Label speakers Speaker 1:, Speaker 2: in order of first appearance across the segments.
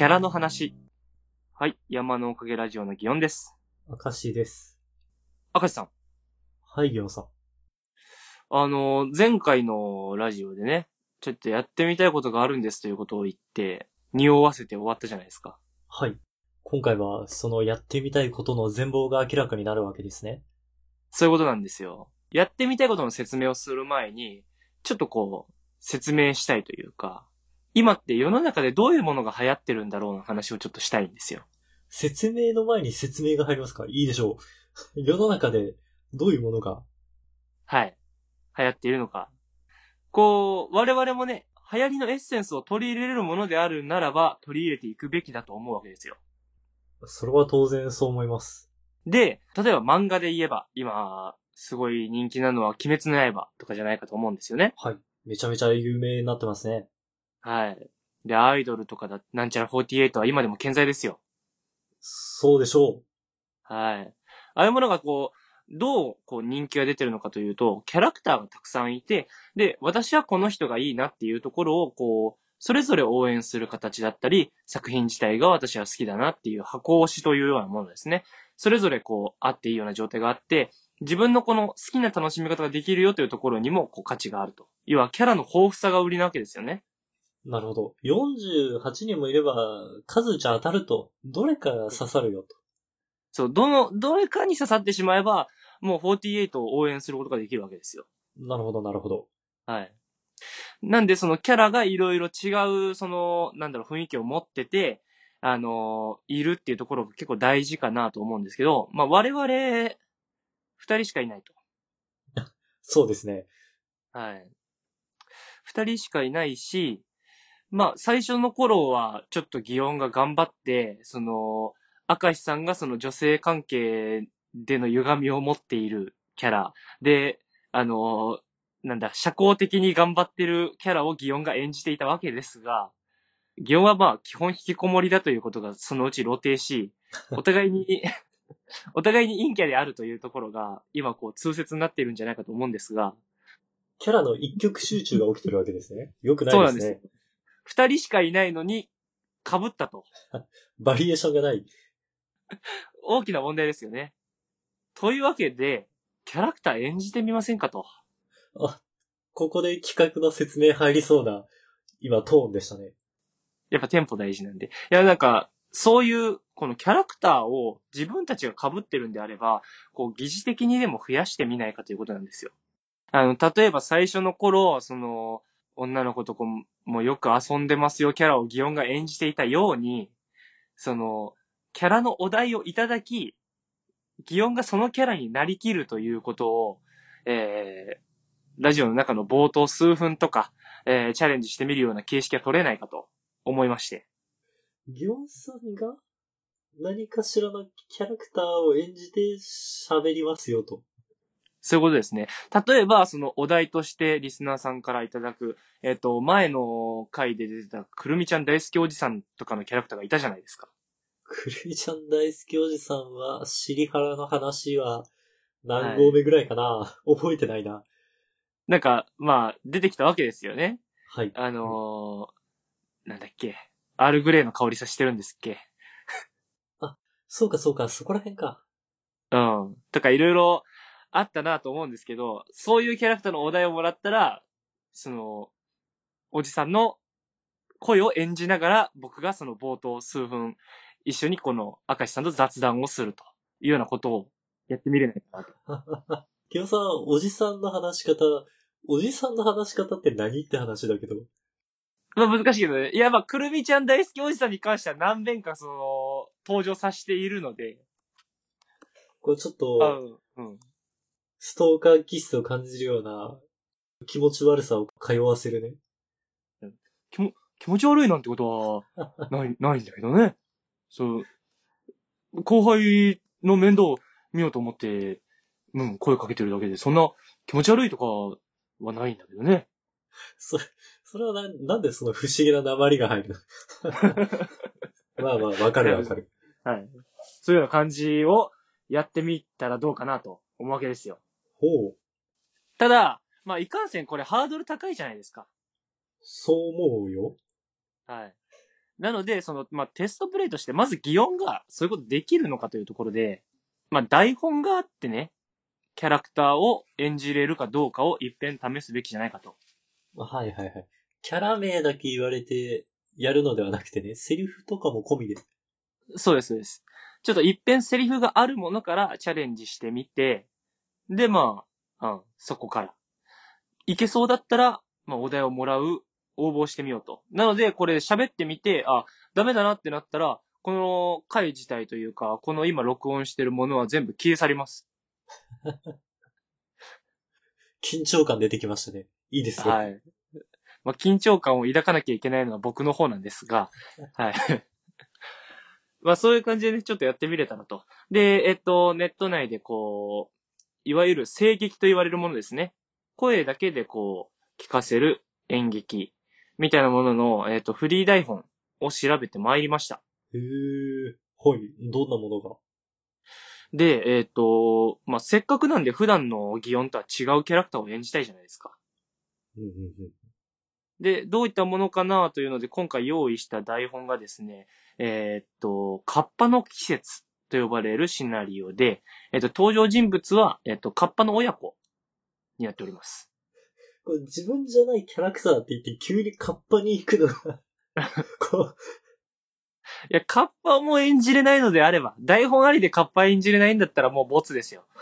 Speaker 1: キャラの話。はい。山のおかげラジオの祇園です。
Speaker 2: 明石です。
Speaker 1: 明石さん。
Speaker 2: はい、ギョンさん。
Speaker 1: 前回のラジオでね、ちょっとやってみたいことがあるんですということを言って、匂わせて終わったじゃないですか。
Speaker 2: はい。今回は、そのやってみたいことの全貌が明らかになるわけですね。
Speaker 1: そういうことなんですよ。やってみたいことの説明をする前に、ちょっと説明したいというか、今って世の中でどういうものが流行ってるんだろうの話をちょっとしたいんですよ。
Speaker 2: 説明の前に説明が入りますか？いいでしょう。世の中でどういうものが。
Speaker 1: はい。流行っているのか。我々もね、流行りのエッセンスを取り入れれるものであるならば、取り入れていくべきだと思うわけですよ。
Speaker 2: それは当然そう思います。
Speaker 1: で、例えば漫画で言えば、今、すごい人気なのは、鬼滅の刃とかじゃないかと思うんですよね。
Speaker 2: はい。めちゃめちゃ有名になってますね。
Speaker 1: はい。で、アイドルとかなんちゃら48は今でも健在ですよ。
Speaker 2: そうでしょ
Speaker 1: はい。ああいうものがどう人気が出てるのかというと、キャラクターがたくさんいて、で、私はこの人がいいなっていうところを、それぞれ応援する形だったり、作品自体が私は好きだなっていう箱推しというようなものですね。それぞれあっていいような状態があって、自分のこの好きな楽しみ方ができるよというところにも価値があると。要はキャラの豊富さが売りなわけですよね。
Speaker 2: う。なるほど。48人もいれば、数じゃ当たると、どれか刺さるよと。
Speaker 1: そう、どれかに刺さってしまえば、もう48を応援することができるわけですよ。
Speaker 2: なるほど、なるほど。
Speaker 1: はい。なんでそのキャラがいろいろ違う、雰囲気を持ってて、いるっていうところが結構大事かなと思うんですけど、まあ我々、二人しかいないと。
Speaker 2: そうですね。
Speaker 1: はい。二人しかいないし、まあ最初の頃はちょっと祇園が頑張って、明石さんがその女性関係での歪みを持っているキャラで、社交的に頑張ってるキャラを祇園が演じていたわけですが、祇園はまあ基本引きこもりだということがそのうち露呈し、お互いにお互いに陰キャであるというところが今通説になっているんじゃないかと思うんですが、
Speaker 2: キャラの一極集中が起きてるわけですね。よくない
Speaker 1: そうなんですよ。
Speaker 2: ですね。
Speaker 1: 二人しかいないのに被ったと。
Speaker 2: バリエーションがない。
Speaker 1: 大きな問題ですよね。というわけで、キャラクター演じてみませんかと。
Speaker 2: あ、ここで企画の説明入りそうな、今トーンでしたね。
Speaker 1: やっぱテンポ大事なんで。いやそういう、このキャラクターを自分たちが被ってるんであれば、疑似的にでも増やしてみないかということなんですよ。例えば最初の頃、女の子ともよく遊んでますよキャラを祇園が演じていたように、キャラのお題をいただき、祇園がそのキャラになりきるということを、ラジオの中の冒頭数分とか、チャレンジしてみるような形式は取れないかと思いまして。
Speaker 2: ギョンさんが何かしらのキャラクターを演じて喋りますよと。
Speaker 1: そういうことですね。例えば、そのお題としてリスナーさんからいただく、前の回で出てたくるみちゃん大好きおじさんとかのキャラクターがいたじゃないですか。
Speaker 2: くるみちゃん大好きおじさんは、尻腹の話は何
Speaker 1: はい。
Speaker 2: 号目ぐらいかな、覚えてないな。
Speaker 1: まあ、出てきたわけですよね。
Speaker 2: はい。
Speaker 1: なんだっけ。アールグレーの香りさしてるんですっけ。
Speaker 2: あ、そうかそうか、そこら辺か。
Speaker 1: うん。とかいろいろあったなと思うんですけど、そういうキャラクターのお題をもらったら、おじさんの声を演じながら、僕がその冒頭数分、一緒にこの明石さんと雑談をするというようなことをやってみれないかなと。
Speaker 2: ギョンさん、おじさんの話し方、おじさんの話し方って何って話だけど。
Speaker 1: まあ難しいけどね。いやまあ、くるみちゃん大好きおじさんに関しては何遍か登場させているので、
Speaker 2: これちょっと、
Speaker 1: うん。
Speaker 2: ストーカー気質を感じるような気持ち悪さを通わせるね。
Speaker 1: 気持ち悪いなんてことは、ないんだけどね。そう、後輩の面倒を見ようと思って、声かけてるだけで、そんな気持ち悪いとかはないんだけどね。
Speaker 2: それ、それはなんでその不思議な訛りが入るの？まあまあ、わかるわかる。
Speaker 1: はい。そういうような感じをやってみたらどうかなと思うわけですよ。
Speaker 2: ほう。
Speaker 1: ただ、まあ、いかんせんこれハードル高いじゃないですか。
Speaker 2: そう思うよ。
Speaker 1: はい。 なので、テストプレイとして、まず擬音がそういうことできるのかというところで、台本があってね、キャラクターを演じれるかどうかを一遍試すべきじゃないかと。
Speaker 2: はいはいはい。キャラ名だけ言われてやるのではなくてね、セリフとかも込みで。
Speaker 1: そうです、そうです。ちょっと一遍セリフがあるものからチャレンジしてみて、で、そこから。いけそうだったら、お題をもらう、応募してみようと。なので、これ喋ってみて、ダメだなってなったら、この回自体というか、この今録音してるものは全部消え去ります。
Speaker 2: 緊張感出てきましたね。いいですね。
Speaker 1: はい。緊張感を抱かなきゃいけないのは僕の方なんですが、はい。そういう感じでね、ちょっとやってみれたらと。で、ネット内でいわゆる声劇と言われるものですね。声だけで聞かせる演劇みたいなものの、フリー台本を調べてまいりました。
Speaker 2: へー。はい。どんなものが？
Speaker 1: で、せっかくなんで普段の擬音とは違うキャラクターを演じたいじゃないですか。
Speaker 2: うんうんうん。
Speaker 1: で、どういったものかなというので、今回用意した台本がですね、カッパの季節と呼ばれるシナリオで、登場人物は、カッパの親子になっております。
Speaker 2: これ自分じゃないキャラクターって言って急にカッパに行くのがこう、
Speaker 1: いや、カッパも演じれないのであれば、台本ありでカッパ演じれないんだったらもうボツですよ。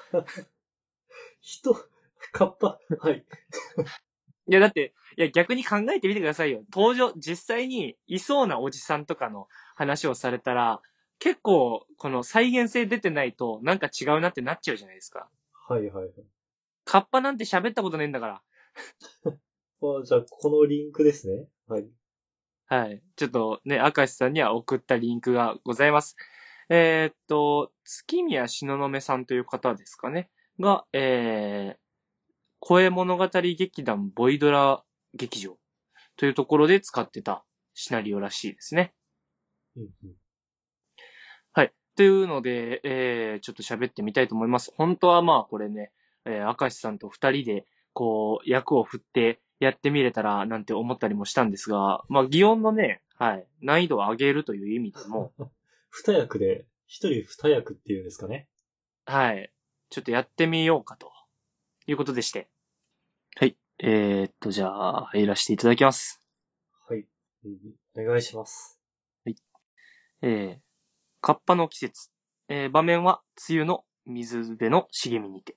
Speaker 2: カッパ、はい。
Speaker 1: いや、だって、逆に考えてみてくださいよ。実際にいそうなおじさんとかの話をされたら、結構、この再現性出てないと、なんか違うなってなっちゃうじゃないですか。
Speaker 2: はいはいはい。
Speaker 1: カッパなんて喋ったことねえんだから。
Speaker 2: じゃあ、このリンクですね。はい。
Speaker 1: はい。ちょっとね、明石さんには送ったリンクがございます。月宮東雲さんという方ですかね。が、声物語劇団ボイドラ劇場というところで使ってたシナリオらしいですね。
Speaker 2: うんうん、
Speaker 1: はい。というので、ちょっと喋ってみたいと思います。本当はこれね、明石さんと二人で、役を振ってやってみれたらなんて思ったりもしたんですが、擬音のね、はい、難易度を上げるという意味でも、
Speaker 2: 二役で、一人二役っていうんですかね。
Speaker 1: はい、ちょっとやってみようかということでして。はい。じゃあ、入らせていただきます。
Speaker 2: はい。お願いします。
Speaker 1: はい。カッパの季節。場面は、梅雨の水辺の茂みにて。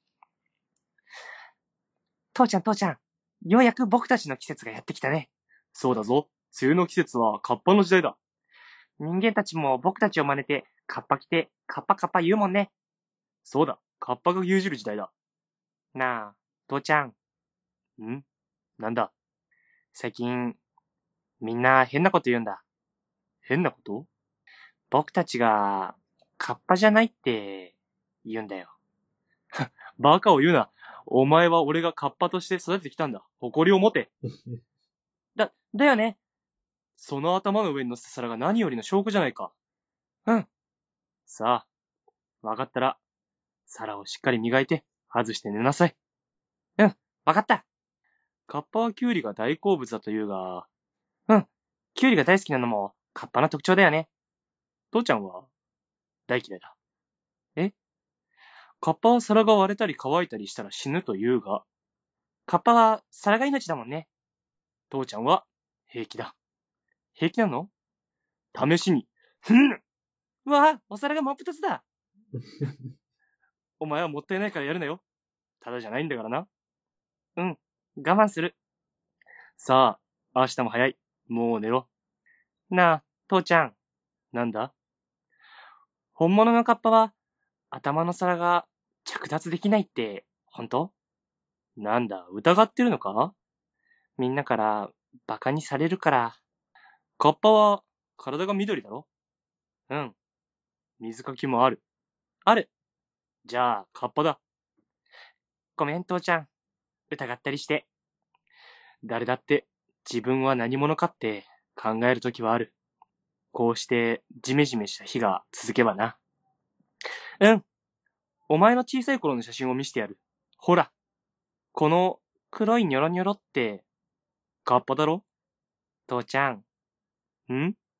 Speaker 1: 父ちゃん、父ちゃん。ようやく僕たちの季節がやってきたね。そうだぞ。梅雨の季節はカッパの時代だ。人間たちも僕たちを真似て、カッパ着て、カッパカッパ言うもんね。そうだ。カッパが牛耳る時代だ。なあ、父ちゃん。なんだ。最近、みんな変なこと言うんだ。変なこと？僕たちが、カッパじゃないって言うんだよ。バカを言うな。お前は俺がカッパとして育ててきたんだ。誇りを持て。だよね。その頭の上に乗せた皿が何よりの証拠じゃないか。うん。さあ、わかったら、皿をしっかり磨いて、外して寝なさい。うん、わかった。カッパはキュウリが大好物だというが、うん、キュウリが大好きなのもカッパの特徴だよね。父ちゃんは大嫌いだ。え？カッパは皿が割れたり乾いたりしたら死ぬと言うが、カッパは皿が命だもんね。父ちゃんは平気だ。平気なの？試しに。ふん！うわぁ、お皿が真っ二つだ。お前はもったいないからやるなよ。ただじゃないんだからな。うん、我慢する。さあ、明日も早い。もう寝ろ。なあ、父ちゃん。なんだ？本物のカッパは、頭の皿が着脱できないって、本当？なんだ、疑ってるのか？みんなから、バカにされるから。カッパは、体が緑だろ？うん。水かきもある。ある。じゃあ、カッパだ。ごめん、父ちゃん。疑ったりして。誰だって自分は何者かって考えるときはある。こうしてジメジメした日が続けばな。うん。お前の小さい頃の写真を見せてやる。ほら。この黒いニョロニョロってカッパだろ？父ちゃん。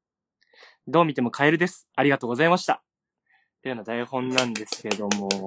Speaker 1: どう見てもカエルです。ありがとうございました。というような台本なんですけども。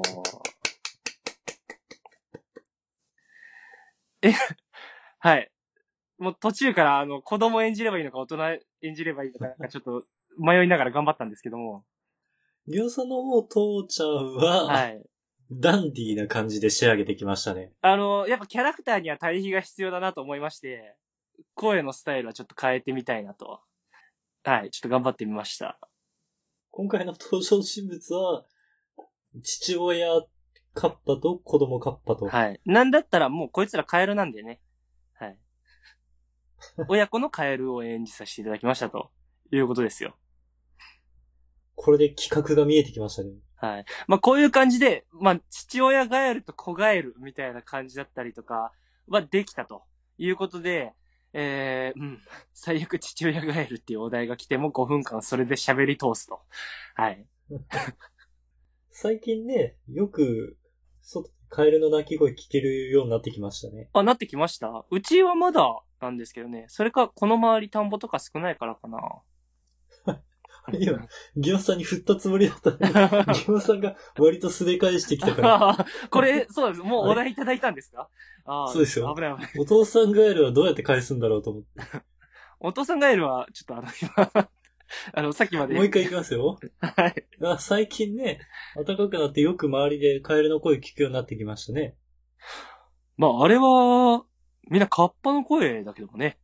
Speaker 1: はい。もう途中から子供演じればいいのか大人演じればいいのか、なんかちょっと迷いながら頑張ったんですけども。
Speaker 2: ギオさんの方、父ちゃんは、
Speaker 1: はい。
Speaker 2: ダンディーな感じで仕上げてきましたね。
Speaker 1: やっぱキャラクターには対比が必要だなと思いまして、声のスタイルはちょっと変えてみたいなと。はい。ちょっと頑張ってみました。
Speaker 2: 今回の登場人物は、父親カッパと子供カッパと。
Speaker 1: はい。なんだったらもうこいつらカエルなんでね。はい。親子のカエルを演じさせていただきましたということですよ。
Speaker 2: これで企画が見えてきましたね。
Speaker 1: はい。まあこういう感じで、まあ父親ガエルと子ガエルみたいな感じだったりとかはできたということで、最悪父親ガエルっていうお題が来ても5分間それで喋り通すと。はい。
Speaker 2: 最近ね、よく、カエルの鳴き声聞けるようになってきましたね。
Speaker 1: あ、なってきました？うちはまだなんですけどね。それか、この周り田んぼとか少ないからかな。
Speaker 2: 今、ギオさんに振ったつもりだったのに、ギオさんが割と素で返してきたから。
Speaker 1: これ、そうです。もうお題いただいたんですか？
Speaker 2: そうですよ。
Speaker 1: 危ない危ない。
Speaker 2: お父さんガエルはどうやって返すんだろうと思って。
Speaker 1: お父さんガエルは、ちょっと今、さっきまで。
Speaker 2: もう一回いきますよ。
Speaker 1: はい。
Speaker 2: 最近ね、暖かくなってよく周りでカエルの声聞くようになってきましたね。
Speaker 1: まあ、あれは、みんなカッパの声だけどもね。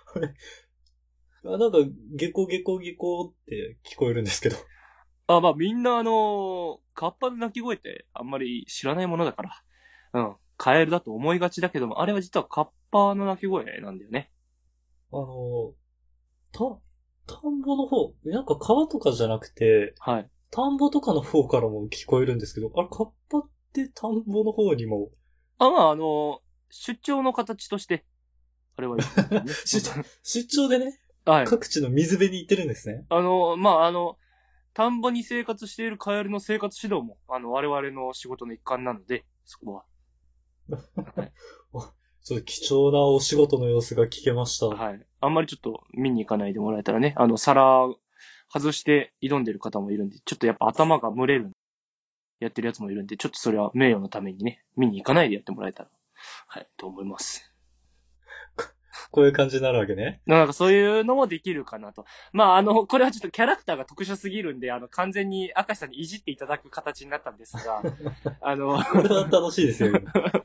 Speaker 2: なんか、ゲコゲコゲコって聞こえるんですけど。
Speaker 1: まあみんなカッパの鳴き声ってあんまり知らないものだから。うん。カエルだと思いがちだけども、あれは実はカッパの鳴き声なんだよね。
Speaker 2: あの、田んぼの方、なんか川とかじゃなくて、
Speaker 1: はい。
Speaker 2: 田んぼとかの方からも聞こえるんですけど、あれ、カッパって田んぼの方にも。
Speaker 1: まあ出張の形として、あれはいいですね。
Speaker 2: 出張でね、
Speaker 1: はい。
Speaker 2: 各地の水辺に行ってるんですね。
Speaker 1: まあ田んぼに生活しているカエルの生活指導も、我々の仕事の一環なので、そこは。はい。
Speaker 2: ちょっと貴重なお仕事の様子が聞けました。
Speaker 1: はい。あんまりちょっと見に行かないでもらえたらね、皿外して挑んでる方もいるんで、ちょっとやっぱ頭が蒸れる、やってるやつもいるんで、ちょっとそれは名誉のためにね、見に行かないでやってもらえたら、はい、と思います。
Speaker 2: こういう感じになるわけね。
Speaker 1: なんかそういうのもできるかなと。まあこれはちょっとキャラクターが特殊すぎるんで、完全に明石さんにいじっていただく形になったんですが、
Speaker 2: これは楽しいですよ。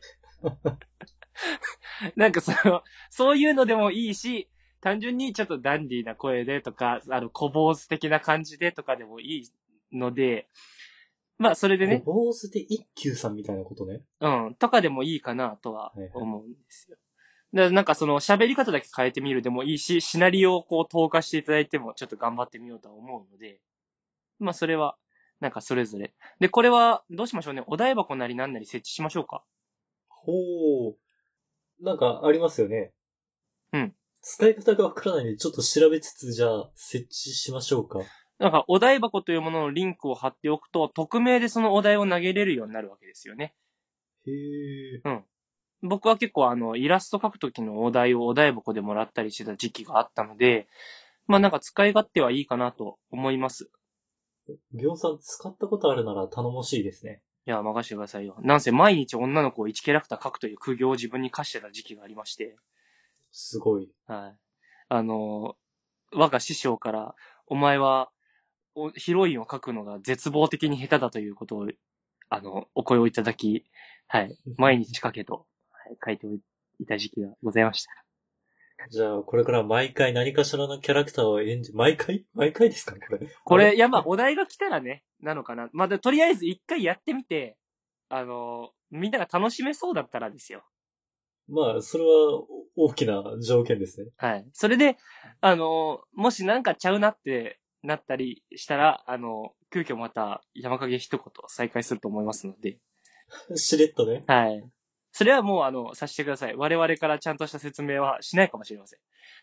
Speaker 1: なんかそういうのでもいいし、単純にちょっとダンディーな声でとか、小坊主的な感じでとかでもいいので、まあそれでね。
Speaker 2: 小坊主で一休さんみたいなことね。
Speaker 1: うん、とかでもいいかなとは思うんですよ。だからなんか喋り方だけ変えてみるでもいいし、シナリオをこう投下していただいてもちょっと頑張ってみようとは思うので、まあそれは、なんかそれぞれ。で、これはどうしましょうね。お台箱なりなんなり設置しましょうか。
Speaker 2: ほう。なんかありますよね。
Speaker 1: うん。
Speaker 2: 使い方がわからないので、ちょっと調べつつ、じゃあ、設置しましょうか。
Speaker 1: なんかお台箱というもののリンクを貼っておくと、匿名でそのお題を投げれるようになるわけですよね。
Speaker 2: へえ。
Speaker 1: うん。僕は結構イラスト描くときのお題をお台箱でもらったりしてた時期があったので、まあなんか使い勝手はいいかなと思います。
Speaker 2: ギョンさん使ったことあるなら頼もしいですね。
Speaker 1: いや、任せてくださいよ。なんせ毎日女の子を1キャラクター描くという苦行を自分に課してた時期がありまして。
Speaker 2: すごい。
Speaker 1: はい。我が師匠から、お前は、ヒロインを描くのが絶望的に下手だということを、お声をいただき、はい。毎日描けと、はい、書いていた時期がございました。
Speaker 2: じゃあ、これから毎回何かしらのキャラクターを毎回ですかね、これ。
Speaker 1: これ、いや、まあ、お題が来たらね、なのかな。まあ、とりあえず一回やってみて、みんなが楽しめそうだったらですよ。
Speaker 2: まあ、それは大きな条件ですね。
Speaker 1: はい。それで、もしなんかちゃうなってなったりしたら、急遽また山影一言再開すると思いますので。
Speaker 2: しれっとね。
Speaker 1: はい。それはもうさせてください。我々からちゃんとした説明はしないかもしれません。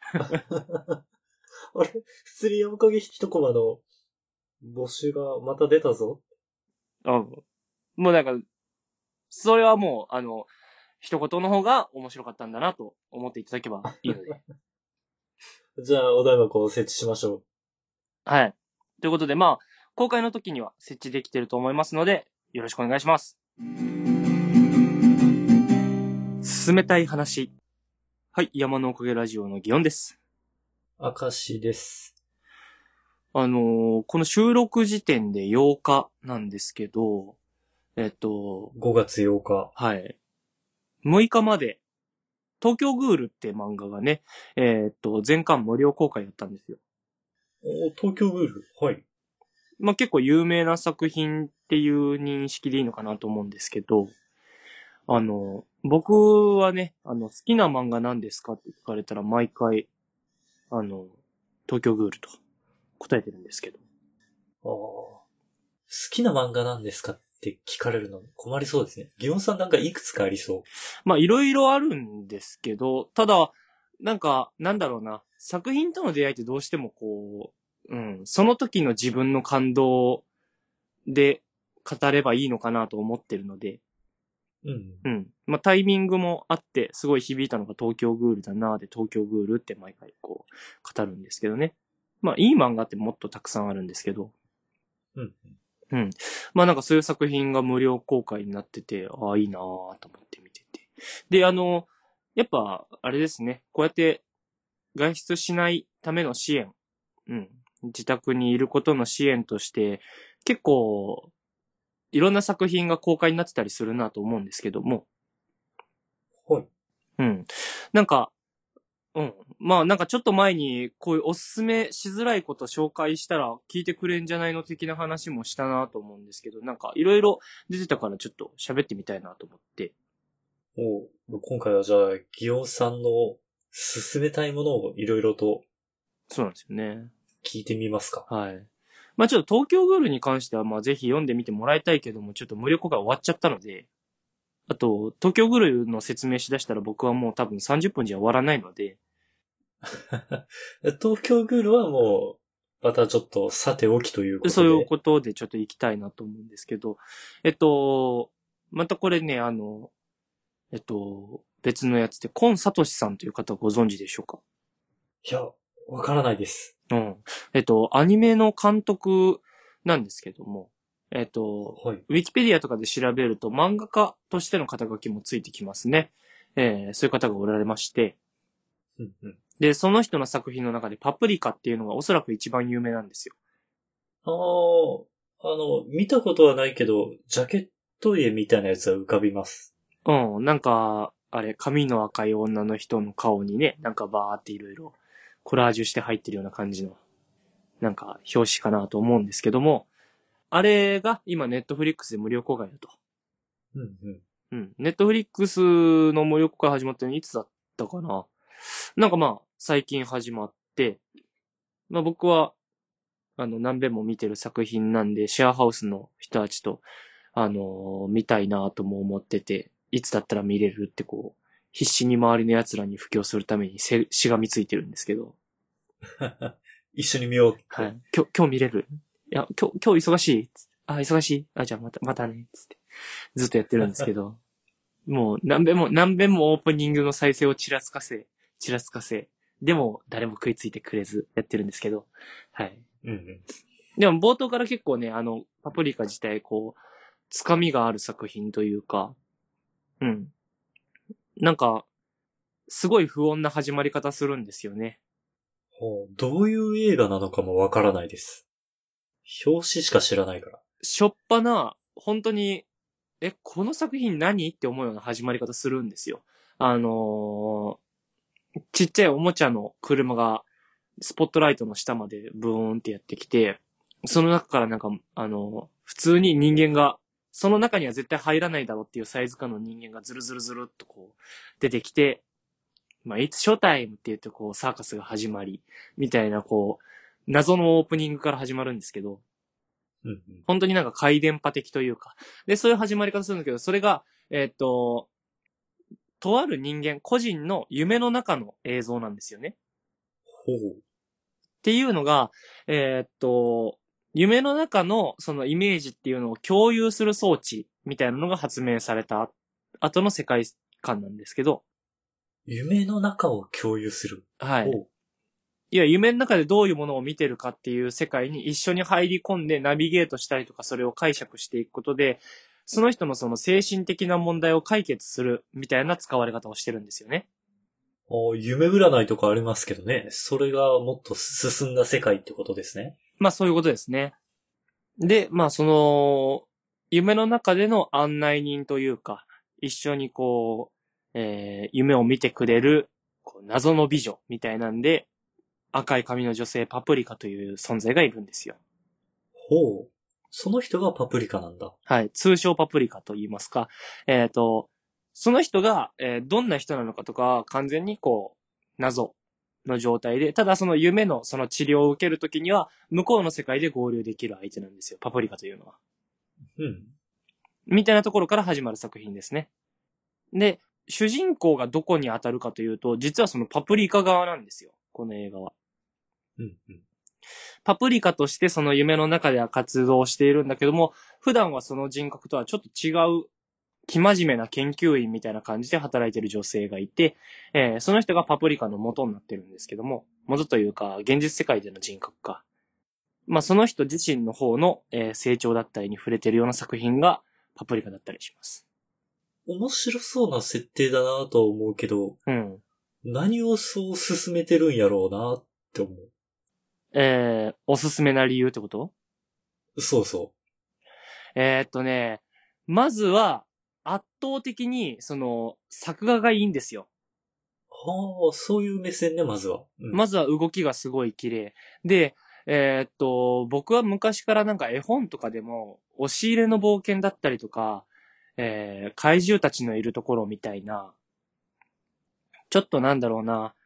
Speaker 2: あれ普通に山影一コマの募集がまた出たぞ。
Speaker 1: うん。もうなんか、それはもう、一言の方が面白かったんだなと思っていただけばいいので。
Speaker 2: じゃあ、お台箱を設置しましょう。
Speaker 1: はい。ということで、まあ、公開の時には設置できてると思いますので、よろしくお願いします。進めたい話。はい、山のおかげラジオの祇園です。
Speaker 2: 明石です。
Speaker 1: この収録時点で8日なんですけど、
Speaker 2: 5月8日。
Speaker 1: はい。6日まで、東京グールって漫画がね、全巻無料公開だったんですよ。
Speaker 2: 東京グール。はい。
Speaker 1: まあ、結構有名な作品っていう認識でいいのかなと思うんですけど、僕はね、好きな漫画何ですかって聞かれたら毎回、東京グールと答えてるんですけど。
Speaker 2: 好きな漫画なんですかって聞かれるの困りそうですね。祇園さんなんかいくつかありそう。
Speaker 1: まあ、いろいろあるんですけど、ただ、なんか、なんだろうな、作品との出会いってどうしてもこう、その時の自分の感動で語ればいいのかなと思ってるので、まあ、タイミングもあって、すごい響いたのが東京グールだなで、東京グールって毎回こう、語るんですけどね。まあ、いい漫画ってもっとたくさんあるんですけど。まあなんかそういう作品が無料公開になってて、ああ、いいなぁと思って見てて。で、やっぱ、あれですね。こうやって外出しないための支援。自宅にいることの支援として、結構、いろんな作品が公開になってたりするなと思うんですけども。
Speaker 2: はい。
Speaker 1: なんか、まあなんかちょっと前にこういうおすすめしづらいこと紹介したら聞いてくれんじゃないの的な話もしたなと思うんですけど、なんかいろいろ出てたからちょっと喋ってみたいなと思って。
Speaker 2: 今回はじゃあ、祇園さんの進めたいものをいろいろと
Speaker 1: そうなんですよね。
Speaker 2: 聞いてみますか。
Speaker 1: はい。まあちょっと東京グールに関してはまあぜひ読んでみてもらいたいけども、ちょっと無料公開終わっちゃったので、あと、東京グールの説明しだしたら僕はもう多分30分じゃ終わらないので、
Speaker 2: 東京グールはもう、またちょっとさておきということで。
Speaker 1: そういうことでちょっと行きたいなと思うんですけど、またこれね、別のやつで、コンサトシさんという方ご存知でしょうか？
Speaker 2: いや、わからないです。
Speaker 1: アニメの監督なんですけども、
Speaker 2: はい。
Speaker 1: ウィキペディアとかで調べると漫画家としての肩書きもついてきますね。そういう方がおられまして、で、その人の作品の中でパプリカっていうのがおそらく一番有名なんですよ。
Speaker 2: 見たことはないけど、ジャケット絵みたいなやつは浮かびます。
Speaker 1: なんか、あれ、髪の赤い女の人の顔にね、なんかバーっていろいろコラージュして入ってるような感じの、なんか表紙かなと思うんですけども、あれが今ネットフリックスで無料公開だと。ネットフリックスの無料公開始まったのいつだったかな。なんかまあ、最近始まって、まあ僕は、何遍も見てる作品なんで、シェアハウスの人たちと、見たいなとも思ってて、いつだったら見れるってこう、必死に周りの奴らに布教するためにしがみついてるんですけど。
Speaker 2: 一緒に見ようって。
Speaker 1: はい。今日見れる？いや、今日忙しい？あ、忙しい？あ、じゃあまたね。つって。ずっとやってるんですけど。もう何遍もオープニングの再生をちらつかせ。でも誰も食いついてくれずやってるんですけど。はい。でも冒頭から結構ね、パプリカ自体こう、つかみがある作品というか、なんか、すごい不穏な始まり方するんですよね。
Speaker 2: どういう映画なのかもわからないです。表紙しか知らないから。
Speaker 1: しょっぱな、本当に、この作品何って思うような始まり方するんですよ。ちっちゃいおもちゃの車が、スポットライトの下までブーンってやってきて、その中からなんか、普通に人間が、その中には絶対入らないだろうっていうサイズ感の人間がズルズルズルっとこう、出てきて、まあ、いつショータイムって言ってこう、サーカスが始まり、みたいなこう、謎のオープニングから始まるんですけど、本当になんか回電波的というか、で、そういう始まり方するんだけど、それが、とある人間、個人の夢の中の映像なんですよね。っていうのが、夢の中のそのイメージっていうのを共有する装置みたいなのが発明された後の世界観なんですけど。
Speaker 2: 夢の中を共有する。
Speaker 1: はい。 いや、夢の中でどういうものを見てるかっていう世界に一緒に入り込んでナビゲートしたりとかそれを解釈していくことで、その人のその精神的な問題を解決するみたいな使われ方をしてるんですよね。
Speaker 2: 夢占いとかありますけどね。それがもっと進んだ世界ってことですね。
Speaker 1: まあそういうことですね。で、まあその、夢の中での案内人というか、一緒にこう、夢を見てくれる、こう謎の美女みたいなんで、赤い髪の女性パプリカという存在がいるんですよ。
Speaker 2: ほう。その人がパプリカなんだ。
Speaker 1: はい。通称パプリカと言いますか。その人が、どんな人なのかとかは完全にこう、謎の状態で、ただその夢のその治療を受けるときには、向こうの世界で合流できる相手なんですよ。パプリカというのは。
Speaker 2: うん。
Speaker 1: みたいなところから始まる作品ですね。で、主人公がどこに当たるかというと、実はそのパプリカ側なんですよ。この映画は。
Speaker 2: うんうん。
Speaker 1: パプリカとしてその夢の中では活動しているんだけども、普段はその人格とはちょっと違う、生真面目な研究員みたいな感じで働いている女性がいて、その人がパプリカの元になってるんですけども、元というか、現実世界での人格か。まあ、その人自身の方の、成長だったりに触れているような作品がパプリカだったりします。
Speaker 2: 面白そうな設定だなとは思うけど、
Speaker 1: うん。
Speaker 2: 何をそう進めてるんやろうなって思
Speaker 1: おすすめな理由ってこと？
Speaker 2: う。そうそ
Speaker 1: ね、まずは、圧倒的に、その、作画がいいんですよ。
Speaker 2: う。はあ、そういう目線ね、まずは。うん。
Speaker 1: まずは動きがすごい綺麗。で、僕は昔からなんか絵本とかでも、押し入れの冒険だったりとか、怪獣たちのいるところみたいな、ちょっとなんだろうな、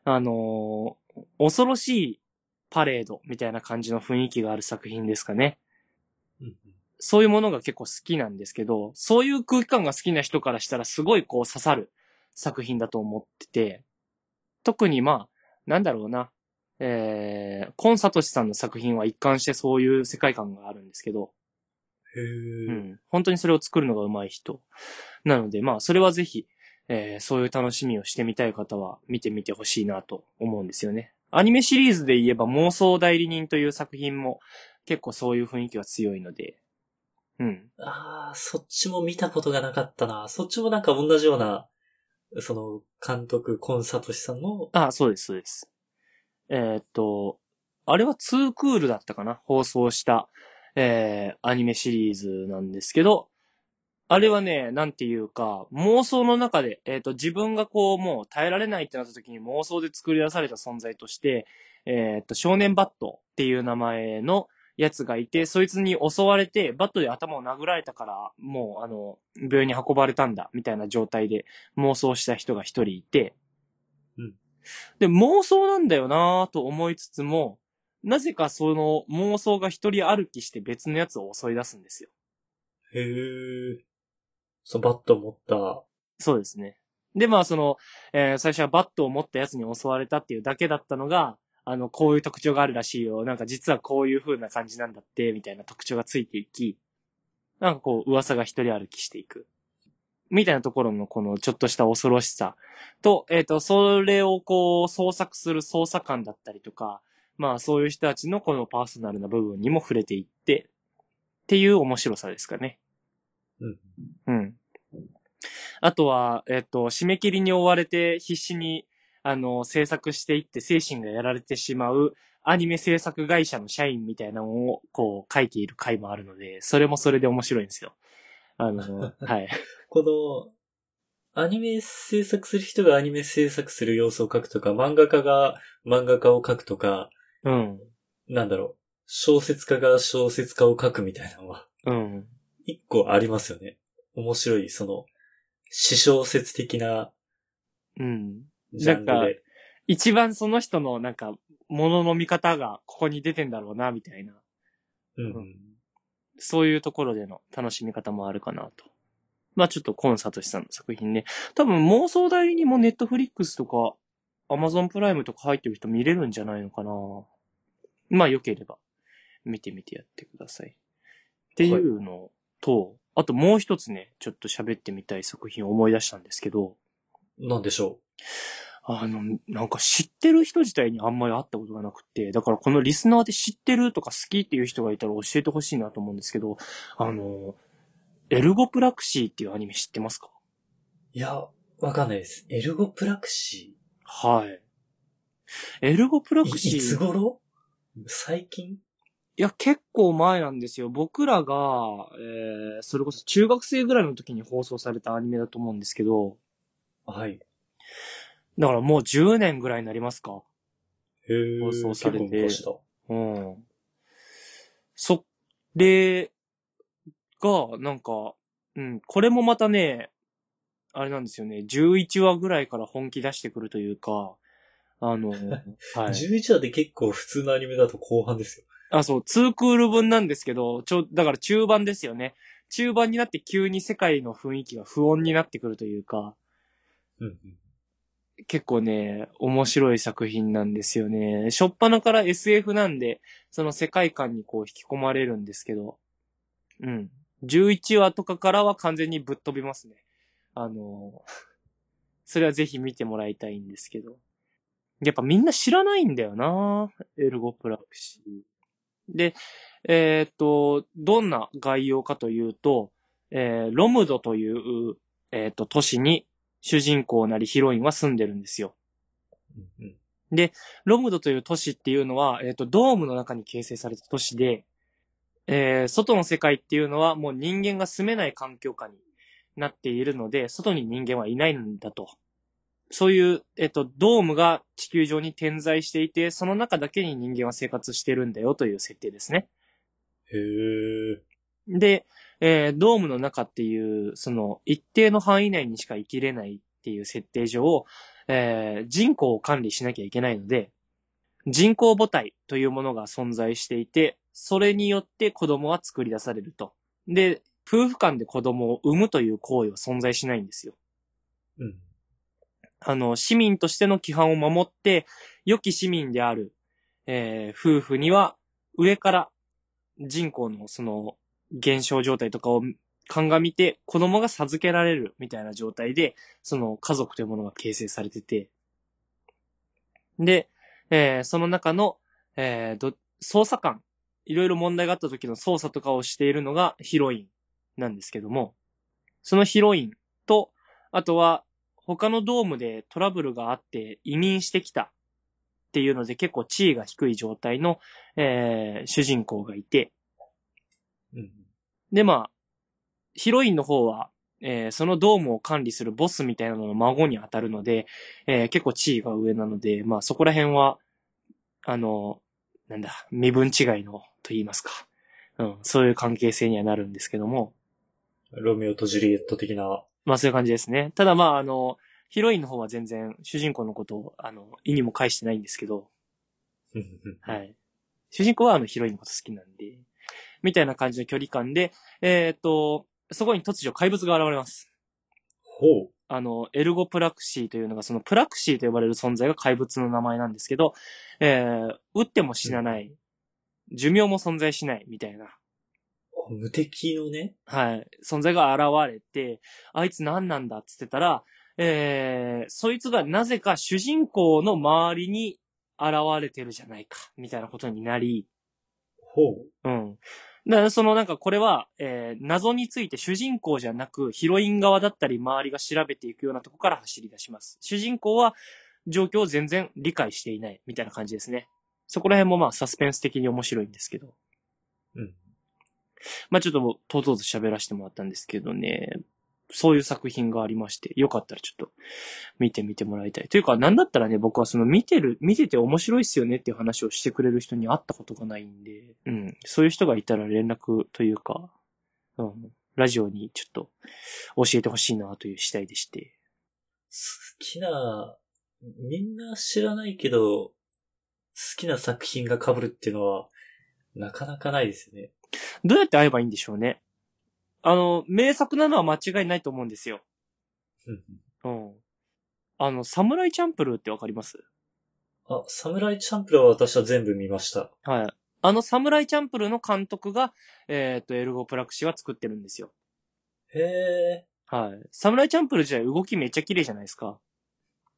Speaker 1: 恐ろしいパレードみたいな感じの雰囲気がある作品ですかね。
Speaker 2: うんうん
Speaker 1: そういうものが結構好きなんですけど、そういう空気感が好きな人からしたらすごいこう刺さる作品だと思ってて、特にまあ、なんだろうな、コンサトシさんの作品は一貫してそういう世界観があるんですけど、
Speaker 2: へえ。
Speaker 1: 本当にそれを作るのが上手い人。なのでまあ、それはぜひ、そういう楽しみをしてみたい方は見てみてほしいなと思うんですよね。アニメシリーズで言えば妄想代理人という作品も結構そういう雰囲気は強いので、うん。
Speaker 2: ああ、そっちも見たことがなかったな。そっちもなんか同じような、その、監督、コンサトシさんの、
Speaker 1: あ、そうです、そうです。えーっと、あれはツークールだったかな放送した、アニメシリーズなんですけど、あれはね、なんていうか、妄想の中で、自分がこう、もう耐えられないってなった時に妄想で作り出された存在として、少年バットっていう名前のやつがいて、そいつに襲われて、バットで頭を殴られたから、もう、病院に運ばれたんだ、みたいな状態で妄想した人が一人いて、
Speaker 2: うん。
Speaker 1: で、妄想なんだよなぁと思いつつも、なぜかその妄想が一人歩きして別のやつを襲い出すんですよ。
Speaker 2: へえ。そのバット持った、
Speaker 1: そうですね。で、まあその、最初はバットを持ったやつに襲われたっていうだけだったのが、こういう特徴があるらしいよ。なんか実はこういう風な感じなんだって、みたいな特徴がついていき、なんかこう噂が一人歩きしていく。みたいなところのこのちょっとした恐ろしさと、それをこう捜索する捜査官だったりとか、まあそういう人たちのこのパーソナルな部分にも触れていって、っていう面白さですかね。
Speaker 2: うん。
Speaker 1: うん。あとは、締め切りに追われて必死に、制作していって精神がやられてしまうアニメ制作会社の社員みたいなのをこう書いている回もあるので、それもそれで面白いんですよ。はい。
Speaker 2: この、アニメ制作する人がアニメ制作する様子を描くとか、漫画家が漫画家を描くとか、
Speaker 1: うん。
Speaker 2: なんだろう、小説家が小説家を描くみたいなのは、
Speaker 1: うん。
Speaker 2: 一個ありますよね。面白い、その、詩小説的な
Speaker 1: うん。
Speaker 2: ジ
Speaker 1: なんか、
Speaker 2: ャンルで。
Speaker 1: 一番その人のなんか、ものの見方がここに出てんだろうな、みたいな。
Speaker 2: うん、う
Speaker 1: うん
Speaker 2: ん。
Speaker 1: そういうところでの楽しみ方もあるかなと。まあちょっとコンサートシさんの作品ね。多分妄想代理にもネットフリックスとか、アマゾンプライムとか入ってる人見れるんじゃないのかな。まあ良ければ見てみてやってください。っていうのと、あともう一つね、ちょっと喋ってみたい作品を思い出したんですけど、
Speaker 2: なんでしょ
Speaker 1: なんか知ってる人自体にあんまり会ったことがなくて、だからこのリスナーで知ってるとか好きっていう人がいたら教えてほしいなと思うんですけど、エルゴプラクシーっていうアニメ知ってますか？
Speaker 2: いや、わかんないです。エルゴプラクシ
Speaker 1: はい。エルゴプラ
Speaker 2: ーい
Speaker 1: クシー、
Speaker 2: つ頃？最近？
Speaker 1: いや、結構前なんですよ。僕らが、それこそ中学生ぐらいの時に放送されたアニメだと思うんですけど、
Speaker 2: はい。
Speaker 1: だからもう10年ぐらいになりますか？
Speaker 2: へ
Speaker 1: 放送
Speaker 2: ー、結
Speaker 1: されて。
Speaker 2: 構昔だ。
Speaker 1: うん。それが、なんか、これもまたね、あれなんですよね。11話ぐらいから本気出してくるというか、はい。
Speaker 2: 11話で結構普通のアニメだと後半ですよ。
Speaker 1: あ、そう、2クール分なんですけど、だから中盤ですよね。中盤になって急に世界の雰囲気が不穏になってくるというか、
Speaker 2: うんうん。
Speaker 1: 結構ね、面白い作品なんですよね。初っ端から SF なんで、その世界観にこう引き込まれるんですけど、うん。11話とかからは完全にぶっ飛びますね。あの、それはぜひ見てもらいたいんですけど。やっぱみんな知らないんだよな、エルゴプラクシー。で、どんな概要かというと、ロムドという、都市に主人公なりヒロインは住んでるんですよ。
Speaker 2: うんうん。
Speaker 1: で、ロムドという都市っていうのは、ドームの中に形成された都市で、外の世界っていうのはもう人間が住めない環境下になっているので、外に人間はいないんだと。そういう、ドームが地球上に点在していて、その中だけに人間は生活してるんだよという設定ですね。
Speaker 2: へー。
Speaker 1: で、ドームの中っていう、その一定の範囲内にしか生きれないっていう設定上、人口を管理しなきゃいけないので、人口母体というものが存在していて、それによって子供は作り出されると。で、夫婦間で子供を産むという行為は存在しないんですよ。
Speaker 2: うん。
Speaker 1: 市民としての規範を守って、良き市民である、夫婦には、上から人口のその減少状態とかを鑑みて、子供が授けられるみたいな状態で、その家族というものが形成されてて、で、その中の、捜査官、いろいろ問題があった時の捜査とかをしているのがヒロインなんですけども、そのヒロインと、あとは他のドームでトラブルがあって移民してきたっていうので結構地位が低い状態の、主人公がいて、
Speaker 2: うん。
Speaker 1: で、まあ、ヒロインの方は、そのドームを管理するボスみたいなのの孫に当たるので、結構地位が上なので、まあそこら辺は、あの、身分違いの、と言いますか。そういう関係性にはなるんですけども、
Speaker 2: ロミオとジュリエット的な。
Speaker 1: まあそういう感じですね。ただまあヒロインの方は全然主人公のことを、意にも介してないんですけど、
Speaker 2: うんうんうん。
Speaker 1: はい。主人公はヒロインのこと好きなんで、みたいな感じの距離感で、そこに突如怪物が現れます。
Speaker 2: ほう。
Speaker 1: エルゴプラクシーというのが、そのプラクシーと呼ばれる存在が怪物の名前なんですけど、撃っても死なない、寿命も存在しない、みたいな、
Speaker 2: 無敵のね。
Speaker 1: はい、存在が現れて、あいつ何なんだっつってたら、そいつがなぜか主人公の周りに現れてるじゃないか、みたいなことになり、
Speaker 2: ほう。
Speaker 1: うん。だからそのなんかこれは、謎について主人公じゃなくヒロイン側だったり周りが調べていくようなとこから走り出します。主人公は状況を全然理解していないみたいな感じですね。そこら辺もまあサスペンス的に面白いんですけど。
Speaker 2: うん。
Speaker 1: まあちょっととうとうと喋らせてもらったんですけどね。そういう作品がありまして、よかったらちょっと見てみてもらいたい。というか、なんだったらね、僕はその見てて面白いっすよねっていう話をしてくれる人に会ったことがないんで、そういう人がいたら連絡というか、ラジオにちょっと教えてほしいなという次第でして。
Speaker 2: 好きな、みんな知らないけど、好きな作品が被るっていうのは、なかなかないですよね。
Speaker 1: どうやって会えばいいんでしょうね。名作なのは間違いないと思うんですよ。
Speaker 2: うん
Speaker 1: うん。サムライチャンプルーってわかります？
Speaker 2: あ、サムライチャンプルーは私は全部見ました。
Speaker 1: はい。サムライチャンプルーの監督が、エルゴプラクシは作ってるんですよ。
Speaker 2: へえ。
Speaker 1: はい。サムライチャンプルー自体動きめっちゃ綺麗じゃないですか。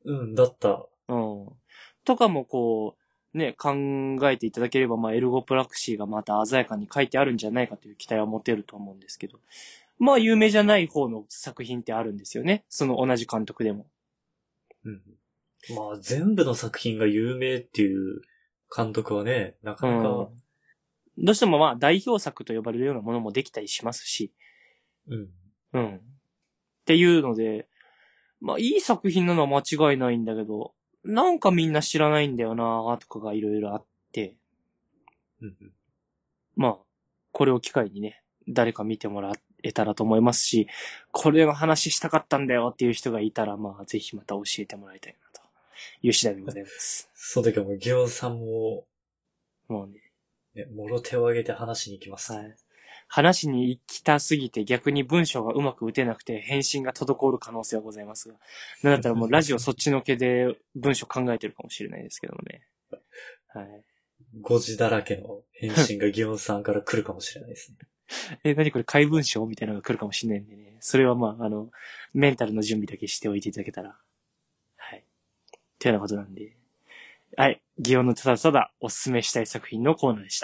Speaker 2: うん、だった。
Speaker 1: うん。とかもこう、ね、考えていただければ、まあ、エルゴプラクシーがまた鮮やかに書いてあるんじゃないかという期待は持てると思うんですけど。まあ、有名じゃない方の作品ってあるんですよね。その同じ監督でも。
Speaker 2: うん。まあ、全部の作品が有名っていう監督はね、なかなか、
Speaker 1: どうしてもまあ、代表作と呼ばれるようなものもできたりしますし。
Speaker 2: うん。
Speaker 1: うん。っていうので、まあ、いい作品なのは間違いないんだけど、なんかみんな知らないんだよなとかがいろいろあって、
Speaker 2: うん。
Speaker 1: まあ、これを機会にね、誰か見てもらえたらと思いますし、これの話したかったんだよっていう人がいたら、まあ、ぜひまた教えてもらいたいなという次第でございます。
Speaker 2: その時はもう、ギオさんも、
Speaker 1: もうね、
Speaker 2: もろ手を挙げて話しに行きます。
Speaker 1: はい。話に行きたすぎて逆に文章がうまく打てなくて返信が滞る可能性はございますが。なんだったらもうラジオそっちのけで文章考えてるかもしれないですけどもね。はい。
Speaker 2: 誤字だらけの返信がギオンさんから来るかもしれないですね。
Speaker 1: 何これ怪文章みたいなのが来るかもしれないんでね。それはまあ、メンタルの準備だけしておいていただけたら。はい。っていうようなことなんで。はい。祇園のただただおすすめしたい作品のコーナーでした。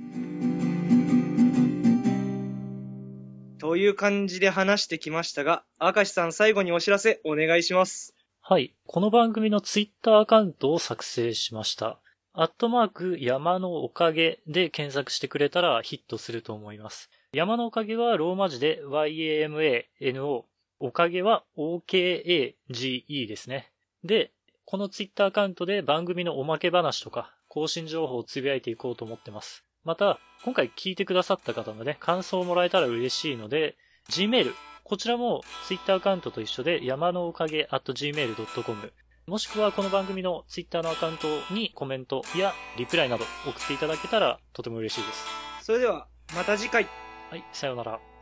Speaker 1: という感じで話してきましたが、明石さん最後にお知らせお願いします。
Speaker 3: はい。この番組のツイッターアカウントを作成しました。山のおかげで検索してくれたらヒットすると思います。山のおかげはローマ字で YAMANO。おかげは OKAGE ですね。で、このツイッターアカウントで番組のおまけ話とか更新情報をつぶやいていこうと思ってます。また、今回聞いてくださった方のね、感想をもらえたら嬉しいので、Gmail、こちらも Twitter アカウントと一緒で山のおかげ @gmail.com もしくはこの番組の Twitter のアカウントにコメントやリプライなど送っていただけたらとても嬉しいです。
Speaker 1: それではまた次回。
Speaker 3: はい、さようなら。